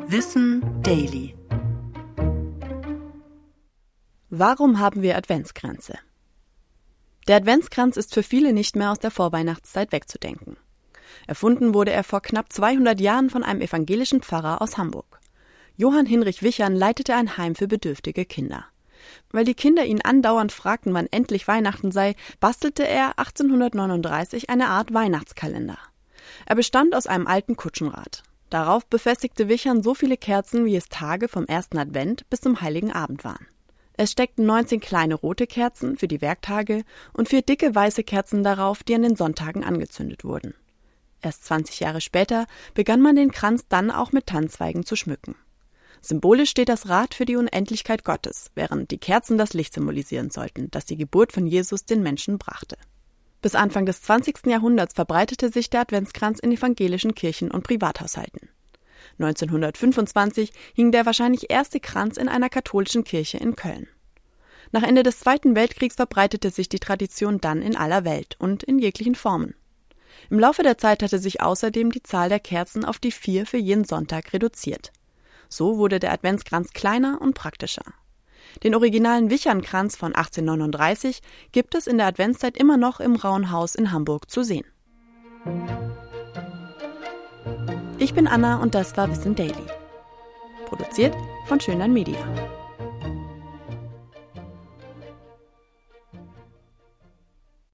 Wissen Daily. Warum haben wir Adventskränze? Der Adventskranz ist für viele nicht mehr aus der Vorweihnachtszeit wegzudenken. Erfunden wurde er vor knapp 200 Jahren von einem evangelischen Pfarrer aus Hamburg. Johann Hinrich Wichern leitete ein Heim für bedürftige Kinder. Weil die Kinder ihn andauernd fragten, wann endlich Weihnachten sei, bastelte er 1839 eine Art Weihnachtskalender. Er bestand aus einem alten Kutschenrad. Darauf befestigte Wichern so viele Kerzen, wie es Tage vom ersten Advent bis zum Heiligen Abend waren. Es steckten 19 kleine rote Kerzen für die Werktage und 4 dicke weiße Kerzen darauf, die an den Sonntagen angezündet wurden. Erst 20 Jahre später begann man den Kranz dann auch mit Tannenzweigen zu schmücken. Symbolisch steht das Rad für die Unendlichkeit Gottes, während die Kerzen das Licht symbolisieren sollten, das die Geburt von Jesus den Menschen brachte. Bis Anfang des 20. Jahrhunderts verbreitete sich der Adventskranz in evangelischen Kirchen und Privathaushalten. 1925 hing der wahrscheinlich erste Kranz in einer katholischen Kirche in Köln. Nach Ende des Zweiten Weltkriegs verbreitete sich die Tradition dann in aller Welt und in jeglichen Formen. Im Laufe der Zeit hatte sich außerdem die Zahl der Kerzen auf die 4 für jeden Sonntag reduziert. So wurde der Adventskranz kleiner und praktischer. Den originalen Wichernkranz von 1839 gibt es in der Adventszeit immer noch im Rauen Haus in Hamburg zu sehen. Ich bin Anna und das war Wissen Daily. Produziert von Schönlein Media.